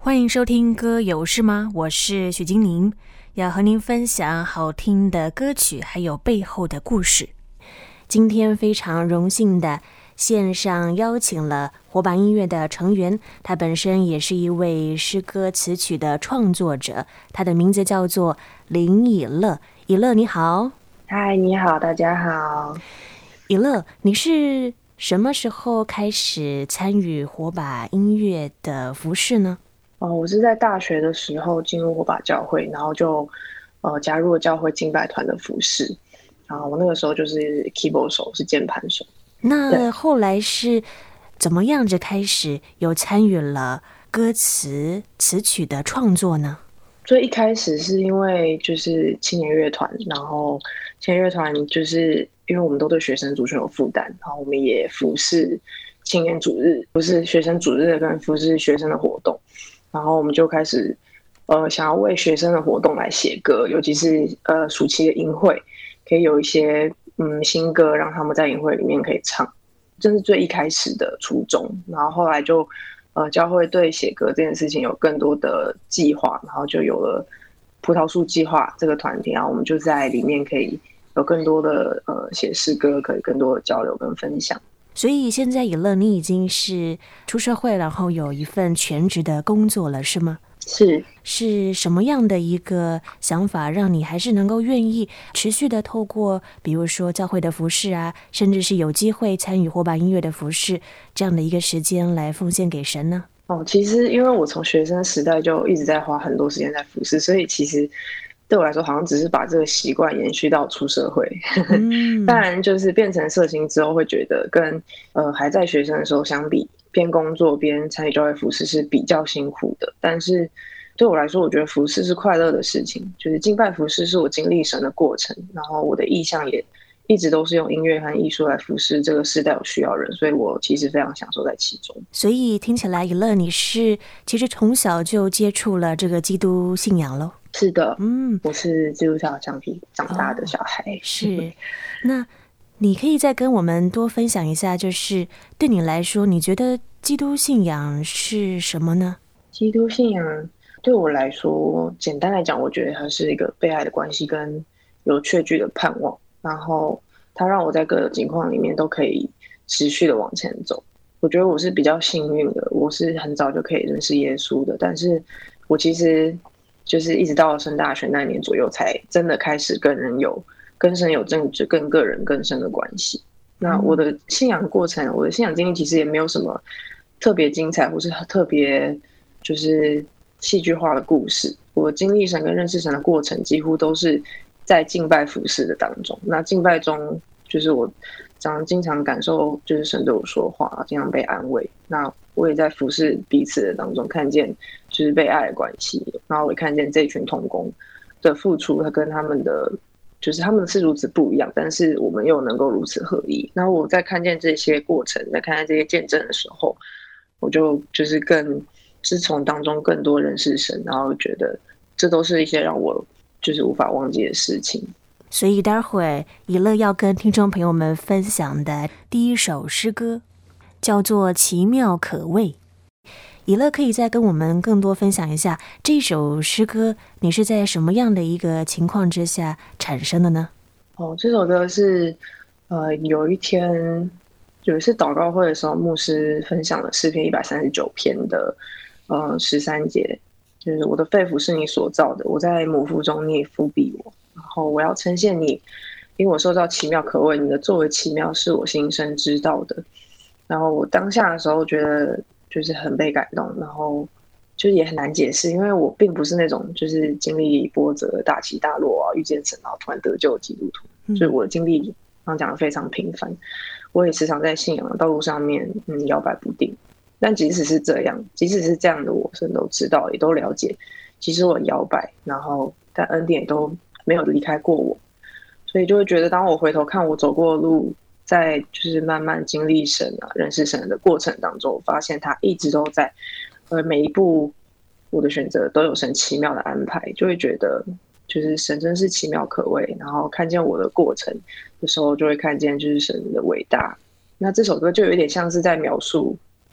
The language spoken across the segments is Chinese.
欢迎收听歌有事吗？我是许金玲，要和您分享好听的歌曲还有背后的故事。今天非常荣幸的线上邀请了火把音乐的成员，他本身也是一位诗歌词曲的创作者，他的名字叫做林以乐。以乐你好。 嗨，你好，大家好。 以乐，你是什么时候开始参与火把音乐的服事呢？ 我是在大学的时候进入火把教会，然后就加入了教会敬拜团的服事。然后我那个时候就是 keyboard 手，是键盘手。 那后来是怎么样子开始有参与了歌词词曲的创作呢？ 所以一开始是因为就是青年乐团，然后青年乐团就是因为我们都对学生族群有负担，然后我们也服事青年主日，不是学生主日跟服事学生的活动。然后我们就开始想要为学生的活动来写歌，尤其是暑期的营会，可以有一些新歌让他们在营会里面可以唱，这是最一开始的初衷。然后后来就教会对写歌这件事情有更多的计划，然后就有了葡萄树计划这个团体，然后我们就在里面可以有更多的写诗歌，可以更多的交流跟分享。 所以现在以乐你已经是出社会，然后有一份全职的工作了，是吗？是什么样的一个想法让你还是能够愿意持续的透过比如说教会的服事啊，甚至是有机会参与火把音乐的服事这样的一个时间来奉献给神呢？ 其实因为我从学生时代就一直在花很多时间在服事，所以其实对我来说好像只是把这个习惯延续到出社会。当然就是变成社青之后会觉得跟还在学生的时候相比，边工作边参与教会服事是比较辛苦的。但是对我来说，我觉得服事是快乐的事情，就是敬拜服事是我经历神的过程，然后我的意向也一直都是用音乐和艺术来服事这个世代有需要人，所以我其实非常享受在其中。 所以听起来以乐你是其实从小就接触了这个基督信仰咯？ 是的，我是基督教橡皮长大的小孩。 是，那你可以再跟我们多分享一下，就是对你来说，你觉得基督信仰是什么呢？ 基督信仰对我来说，简单来讲，我觉得它是一个被爱的关系跟有确据的盼望，然后它让我在各个情况里面都可以持续的往前走。我觉得我是比较幸运的，我是很早就可以认识耶稣的，但是我其实就是一直到升大学那年左右，才真的开始跟神有更个人更深的关系。那我的信仰过程，我的信仰经历其实也没有什么特别精彩，或是特别就是戏剧化的故事。我经历神跟认识神的过程，几乎都是在敬拜服事的当中。那敬拜中，就是我经常感受，就是神对我说话，经常被安慰。那我也在服事彼此的当中，看见就是被爱的关系，然后我也看见这群同工的付出，他跟他们的是如此不一样，但是我们又能够如此合一。然后我在看见这些过程，在看见这些见证的时候，我就是更是从当中更多认识神，然后觉得这都是一些让我就是无法忘记的事情。 所以待会儿以乐要跟听众朋友们分享的第一首诗歌叫做《奇妙可畏》。以乐可以再跟我们更多分享一下这首诗歌你是在什么样的一个情况之下产生的呢？ 这首歌是有一天有一次祷告会的时候，牧师分享了诗篇139篇的13节，就是我的肺腑是你所造的，我在母腹中你也覆庇我，然后我要称谢你，因为我受到奇妙可畏，你的作为奇妙是我心生知道的。然后我当下的时候觉得就是很被感动，然后就是也很难解释，因为我并不是那种就是经历波折大起大落啊，遇见神然后突然得救的基督徒，所以我的经历刚刚讲的非常平凡，我也时常在信仰的道路上面摇摆不定。但即使是这样的我，神都知道，也都了解，其实我很摇摆，然后但恩典也都没有离开过我，所以就会觉得当我回头看我走过的路，在就是慢慢经历神啊认识神的过程当中，我发现他一直都在，每一步我的选择都有神奇妙的安排，就会觉得就是神真是奇妙可畏，然后看见我的过程的时候，就会看见就是神的伟大。那这首歌就有点像是在描述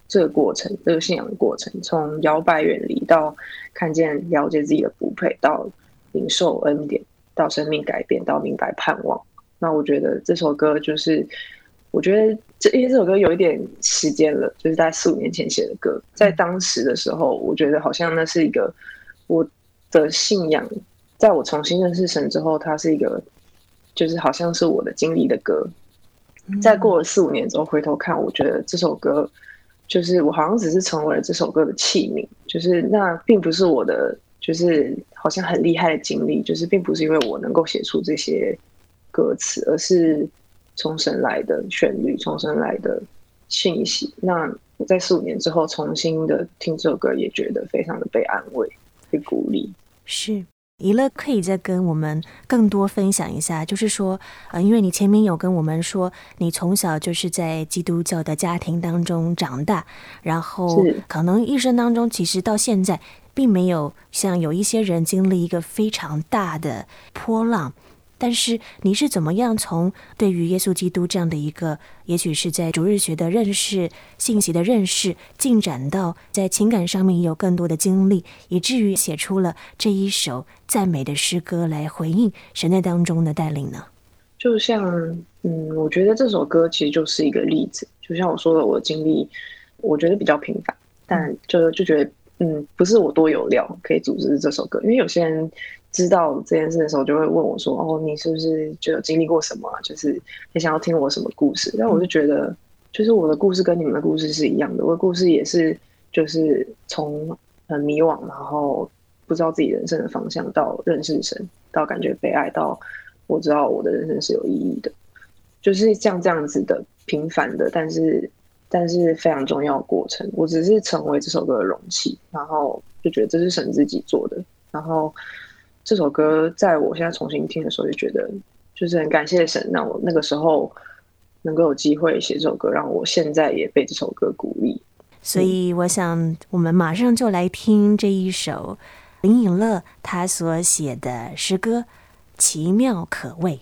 这个过程，这个信仰的过程，从摇摆远离到看见了解自己的不配，到领受恩典，到生命改变，到明白盼望。那我觉得这首歌就是，我觉得因为这首歌有一点时间了，就是大概4-5年前写的歌，在当时的时候，我觉得好像那是一个我的信仰，在我重新认识神之后，它是一个就是好像是我的经历的歌。在过了4-5年之后回头看，我觉得这首歌就是我好像只是成为了这首歌的器皿，就是那并不是我的就是好像很厉害的经历，就是并不是因为我能够写出这些歌词，而是从神来的旋律，从神来的信息。那我在4-5年之后重新的听这首歌，也觉得非常的被安慰，被鼓励。 是。宜乐可以再跟我们更多分享一下，就是说因为你前面有跟我们说你从小就是在基督教的家庭当中长大，然后可能一生当中其实到现在并没有像有一些人经历一个非常大的波浪，但是你是怎么样从对于耶稣基督这样的一个也许是在主日学的认识、信息的认识，进展到在情感上面也有更多的经历，以至于写出了这一首赞美的诗歌来回应神在当中的带领呢？ 就像我觉得这首歌其实就是一个例子，就像我说的，我的经历我觉得比较平凡，但就觉得不是我多有料可以组织这首歌。因为有些人知道这件事的时候就会问我说，哦，你是不是就有经历过什么就是你想要听我什么故事。但我就觉得就是我的故事跟你们的故事是一样的，我的故事也是就是从很迷惘，然后不知道自己人生的方向，到认识神，到感觉被爱，到我知道我的人生是有意义的，就是像这样子的平凡的但是非常重要的过程。我只是成为这首歌的容器，然后就觉得这是神自己做的。然后这首歌在我现在重新听的时候，就觉得就是很感谢神让我那个时候能够有机会写这首歌，让我现在也被这首歌鼓励。 所以我想我们马上就来听这一首林颖乐他所写的诗歌《奇妙可畏》。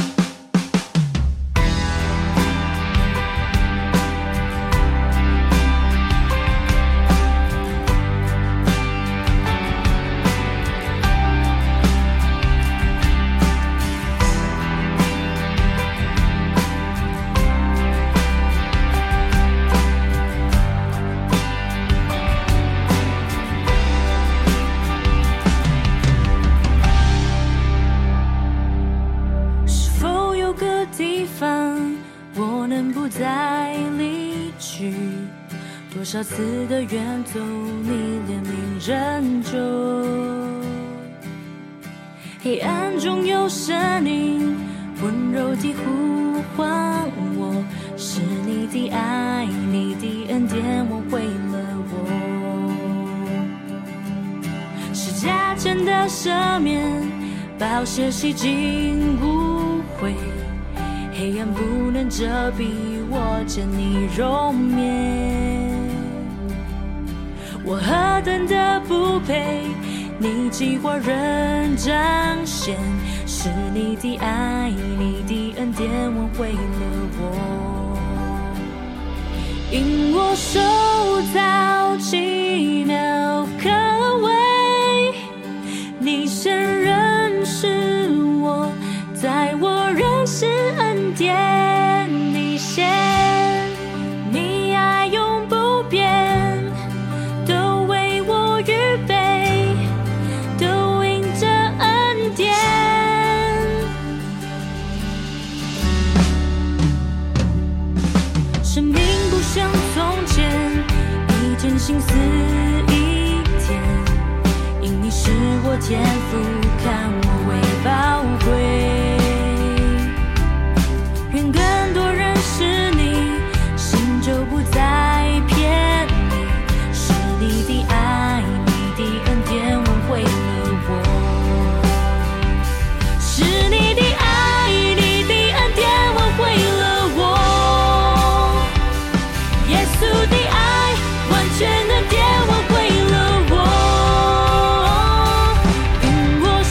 多少次的远走，你怜悯仍旧。黑暗中有声音温柔地呼唤我，是你的爱，你的恩典挽回了我。是加成的赦免，宝血洗净污秽，黑暗不能遮蔽我见你容颜。我何等的不配，你计划仍彰显，是你的爱，你的恩典挽回了我。因我受造奇妙可畏，你先认识我，在我认识恩典里先，你爱永不变，都为我预备，都因着恩典。生命不像从前，一天心思一天，因你是我天父，看我为宝贵。愿更多人是你，心就不再偏离，是你的爱，你的恩典挽回了我。是你的爱，你的恩典挽回了我。耶稣的爱完全恩典挽回了我。因我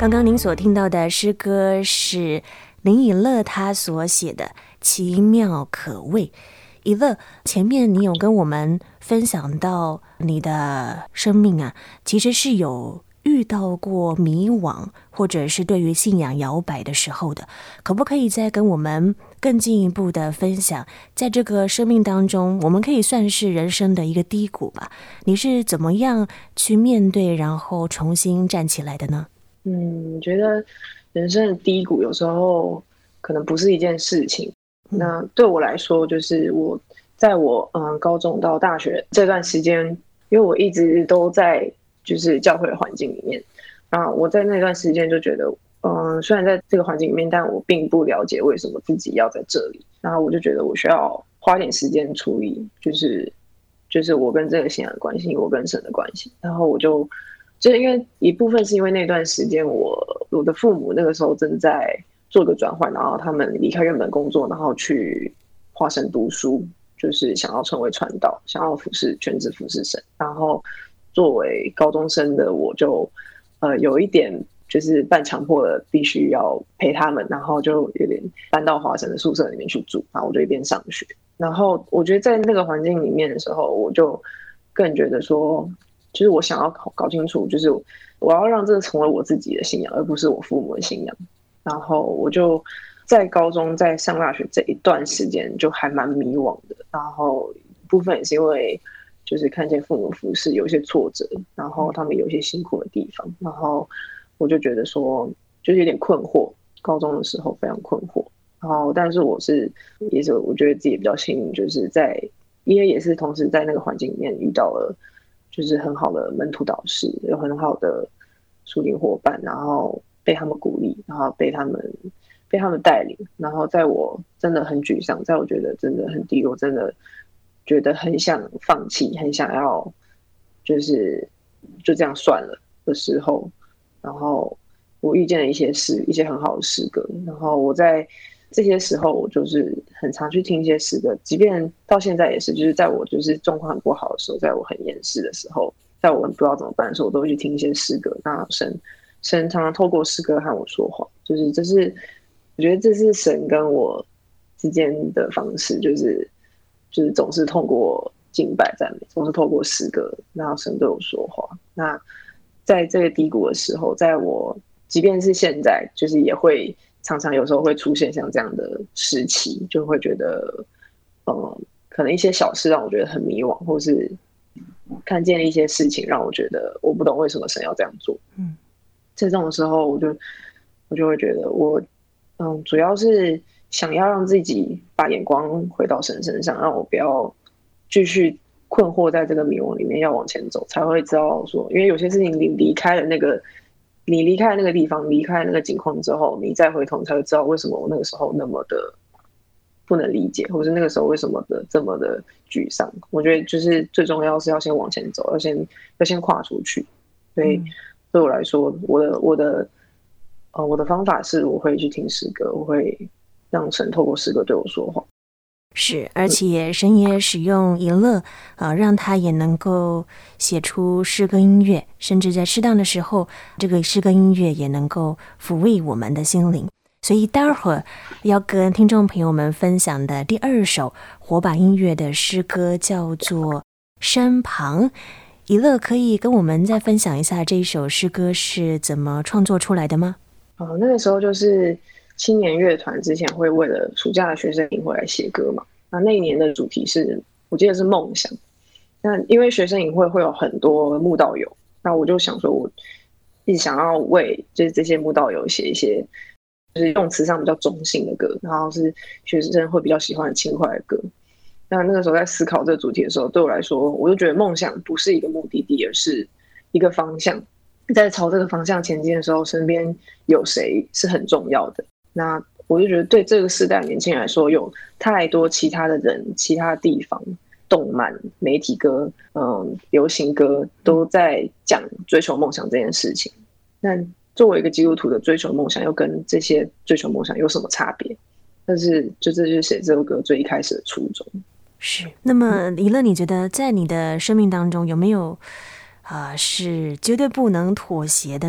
刚刚您所听到的诗歌是林以乐他所写的《奇妙可畏》。以乐，前面你有跟我们分享到你的生命啊，其实是有遇到过迷惘，或者是对于信仰摇摆的时候的，可不可以再跟我们更进一步的分享，在这个生命当中，我们可以算是人生的一个低谷吧？你是怎么样去面对，然后重新站起来的呢？ 我觉得人生的低谷有时候可能不是一件事情。那对我来说，就是我在我高中到大学这段时间，因为我一直都在就是教会的环境里面，啊，我在那段时间就觉得，虽然在这个环境里面，但我并不了解为什么自己要在这里。然后我就觉得我需要花点时间处理，就是我跟这个信仰的关系，我跟神的关系。然后我就是因为一部分是因为那段时间我的父母那个时候正在做个转换，然后他们离开原本工作，然后去华神读书，就是想要成为传道，想要全职服侍神。然后作为高中生的我就有一点就是半强迫的必须要陪他们，然后就有点搬到华神的宿舍里面去住，然后我就一边上学。然后我觉得在那个环境里面的时候，我就更觉得说，就是我想要搞清楚，就是我要让这个成为我自己的信仰，而不是我父母的信仰。然后我就在高中在上大学这一段时间就还蛮迷惘的，然后部分也是因为就是看见父母服侍有一些挫折，然后他们有一些辛苦的地方，然后我就觉得说就是有点困惑，高中的时候非常困惑。然后但是也是我觉得自己比较幸运，就是因为也是同时在那个环境里面遇到了就是很好的门徒导师，有很好的属灵伙伴，然后被他们鼓励，然后被他们带领。然后在我真的很沮丧，在我觉得真的很低落，真的觉得很想放弃，很想要就这样算了的时候，然后我遇见了一些很好的诗歌。然后我在这些时候，我就是很常去听一些诗歌，即便到现在也是，就是在我就是状况很不好的时候，在我很厌世的时候，在我不知道怎么办的时候，我都会去听一些诗歌。那神常常透过诗歌和我说话，就是我觉得这是神跟我之间的方式，就是总是透过敬拜赞美，总是透过诗歌，然后神对我说话。那在这个低谷的时候，在我即便是现在，就是也会常常有时候会出现像这样的时期，就会觉得可能一些小事让我觉得很迷惘，或是看见了一些事情让我觉得我不懂为什么神要这样做。在这种时候，我就会觉得主要是想要让自己把眼光回到神身上，让我不要继续困惑在这个迷惘里面，要往前走，才会知道说，因为有些事情你离开了那个地方，离开那个境况之后，你再回头你才会知道为什么我那个时候那么的不能理解，或是那个时候为什么这么的沮丧。我觉得就是最重要是要先往前走，要先跨出去。所以对我来说，我的方法是我会去听诗歌，我会让神透过诗歌对我说话。 是，而且神也使用以乐让他也能够写出诗歌音乐，甚至在适当的时候，这个诗歌音乐也能够抚慰我们的心灵。所以待会儿要跟听众朋友们分享的第二首火把音乐的诗歌叫做《身旁》。以乐可以跟我们再分享一下这一首诗歌是怎么创作出来的吗？ 那个时候就是青年乐团之前会为了暑假的学生营会来写歌嘛。那一年的主题我记得是梦想。那因为学生营会有很多慕道友，那我就想说，我一直想要为就是这些慕道友写一些就是用词上比较中性的歌，然后是学生会比较喜欢的轻快的歌。那个时候在思考这个主题的时候，对我来说，我就觉得梦想不是一个目的地，而是一个方向。在朝这个方向前进的时候，身边有谁是很重要的。那我就觉得对这个世代年轻人来说，有太多其他的人、其他地方、动漫、媒体歌、流行歌都在讲追求梦想这件事情。那作为一个基督徒的追求梦想，又跟这些追求梦想有什么差别？但是这就是写这首歌最一开始的初衷。 是。那么以乐，你觉得在你的生命当中有没有是绝对不能妥协的呢？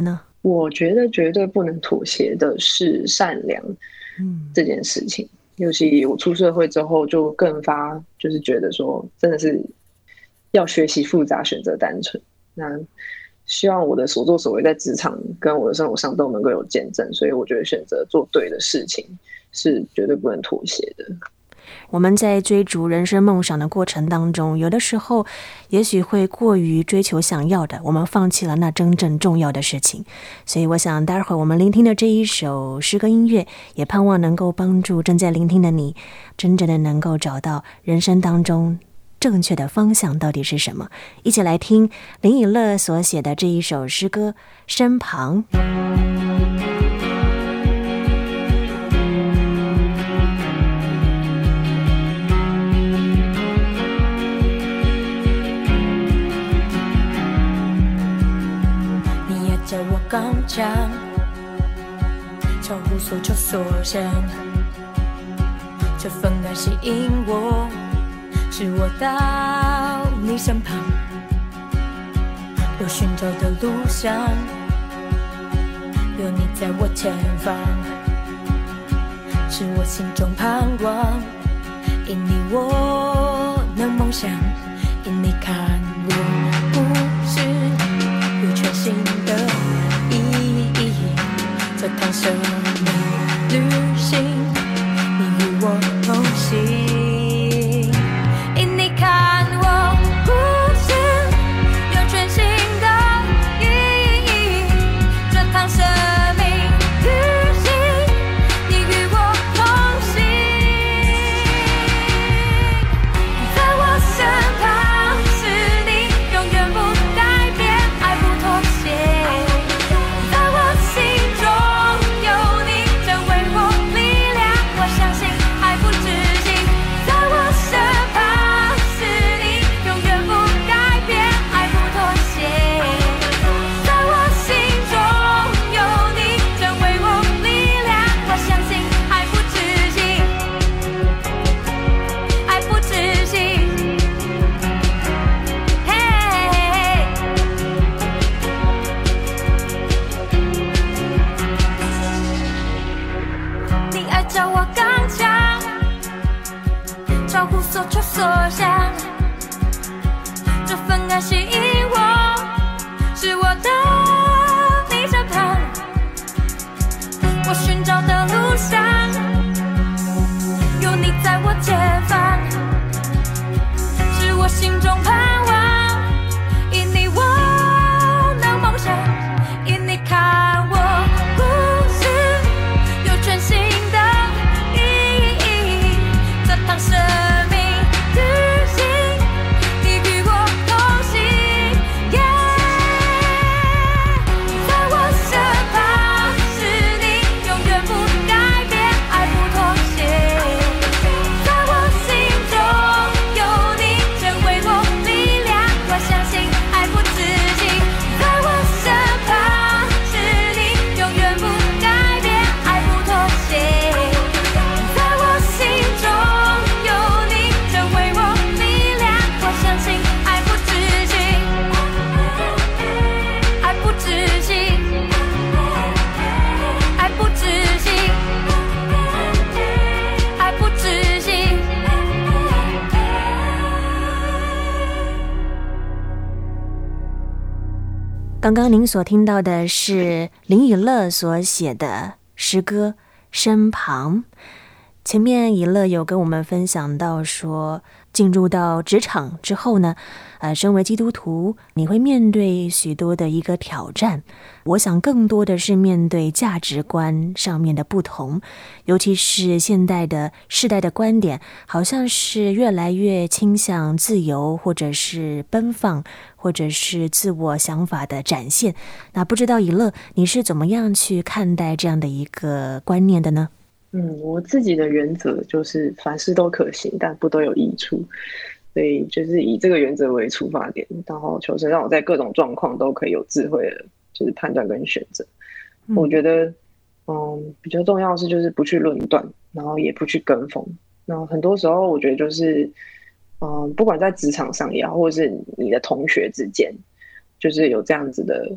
我觉得绝对不能妥协的是善良这件事情。尤其我出社会之后，就更发就是觉得说，真的是要学习复杂，选择单纯。那希望我的所作所为在职场跟我的生活上都能够有见证，所以我觉得选择做对的事情是绝对不能妥协的。 我们在追逐人生梦想的过程当中，有的时候也许会过于追求想要的，我们放弃了那真正重要的事情。所以我想待会儿我们聆听的这一首诗歌音乐，也盼望能够帮助正在聆听的你，真正的能够找到人生当中正确的方向到底是什么。一起来听林以乐所写的这一首诗歌《身旁》。 叫我刚强，超乎所求所想，这份爱吸引我，使我到你身旁。我寻找的路上，有你在我前方，是我心中盼望。因你我能梦想，因你看我不是有全新的意义，这趟生命旅行，你与我同行。因你看我不是有全新的意义，这趟生命旅行，你与我同行。在我身旁是你，永远不改变，爱不妥协。在我心中有你，成为我力量，我相信爱不止境。在我身旁是你，永远不改变，爱不妥协。在我心中有你，成为我力量，我相信爱不止境，爱不止境。你爱叫我刚强，超乎所求所想，这份爱吸引我，是我到你身旁。我寻找的路上，有你在我前方，是我心中盼望。因你我能梦想，因你看我不是有全新的意义，这趟生命旅行，你与我同行。在我身旁是你，永远不改变，爱不妥协。在我心中有你，成为我力量，我相信爱不止境。在我身旁是你，永远不改变，爱不妥协。在我心中有你，成为我力量，我相信爱不止境，爱不止境，爱不止境，爱不止境。 刚刚您所听到的是林以乐所写的诗歌《身旁》。前面以乐有跟我们分享到说，进入到职场之后呢，身为基督徒，你会面对许多的一个挑战。我想更多的是面对价值观上面的不同，尤其是现代的世代的观点，好像是越来越倾向自由，或者是奔放，或者是自我想法的展现。那不知道以乐，你是怎么样去看待这样的一个观念的呢？ 我自己的原则就是凡事都可行，但不都有益处，所以就是以这个原则为出发点，然后求神让我在各种状况都可以有智慧的，就是判断跟选择。我觉得，比较重要的是就是不去论断，然后也不去跟风。然后很多时候我觉得就是，不管在职场上也好，或者是你的同学之间，就是有这样子的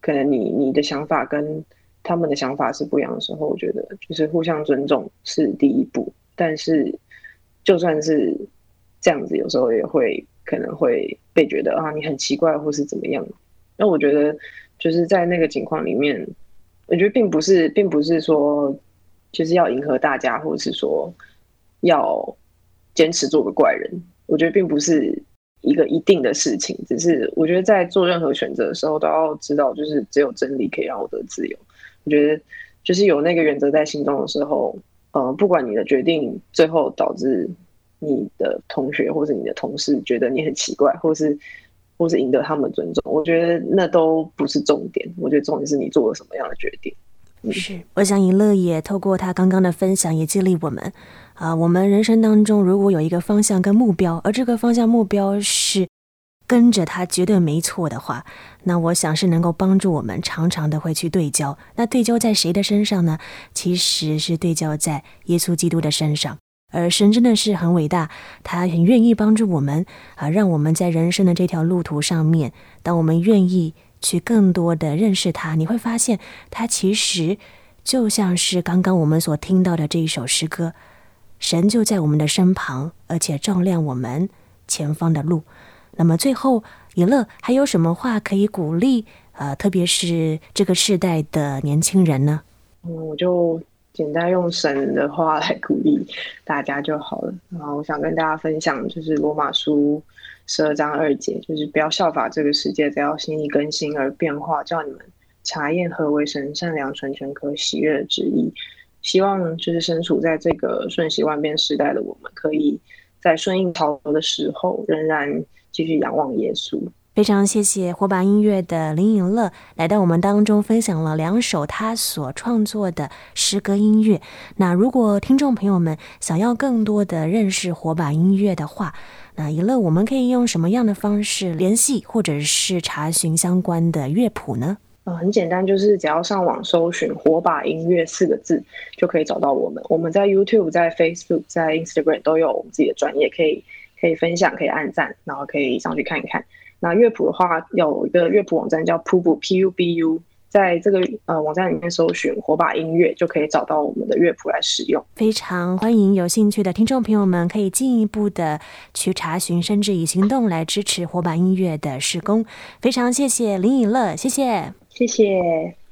可能你的想法跟他们的想法是不一样的时候，我觉得就是互相尊重是第一步。但是就算是这样子，有时候也可能会被觉得啊你很奇怪或是怎么样。那我觉得就是在那个情况里面，我觉得并不是说就是要迎合大家，或者是说要坚持做个怪人。我觉得并不是一个一定的事情，只是我觉得在做任何选择的时候，都要知道，就是只有真理可以让我得自由。我觉得就是有那个原则在心中的时候，不管你的决定最后导致你的同学或是你的同事觉得你很奇怪，或是赢得他们尊重，我觉得那都不是重点。我觉得重点是你做了什么样的决定。 是，我想以乐也透过他刚刚的分享，也激励我们我们人生当中如果有一个方向跟目标，而这个方向目标是跟着他绝对没错的话，那我想是能够帮助我们常常的会去对焦。那对焦在谁的身上呢？其实是对焦在耶稣基督的身上。而神真的是很伟大，他很愿意帮助我们让我们在人生的这条路途上面，当我们愿意去更多的认识他，你会发现他其实就像是刚刚我们所听到的这一首诗歌，神就在我们的身旁，而且照亮我们前方的路。那么最后以乐还有什么话可以鼓励特别是这个世代的年轻人呢？ 我就简单用神的话来鼓励大家就好了。然后我想跟大家分享就是罗马书12章2节，就是不要效法这个世界，只要心意更新而变化，叫你们察验何为神善良纯全可喜悦的旨意。希望就是身处在这个瞬息万变时代的我们，可以在顺应潮流的时候仍然继续仰望耶稣。 非常谢谢火把音乐的林颖乐来到我们当中，分享了2首他所创作的诗歌音乐。那如果听众朋友们想要更多的认识火把音乐的话，那颖乐我们可以用什么样的方式联系或者是查询相关的乐谱呢？ 很简单，就是只要上网搜寻火把音乐4个字就可以找到我们。我们在 YouTube 在 Facebook 在 Instagram 都有我们自己的专页，可以分享，可以按赞，然后可以上去看一看。那乐谱的话，有一个乐谱网站叫 Pubu PUBU， 在这个网站里面搜寻火把音乐就可以找到我们的乐谱来使用。 非常欢迎有兴趣的听众朋友们可以进一步的去查询，甚至以行动来支持火把音乐的事工。非常谢谢林以乐，谢谢。 谢谢。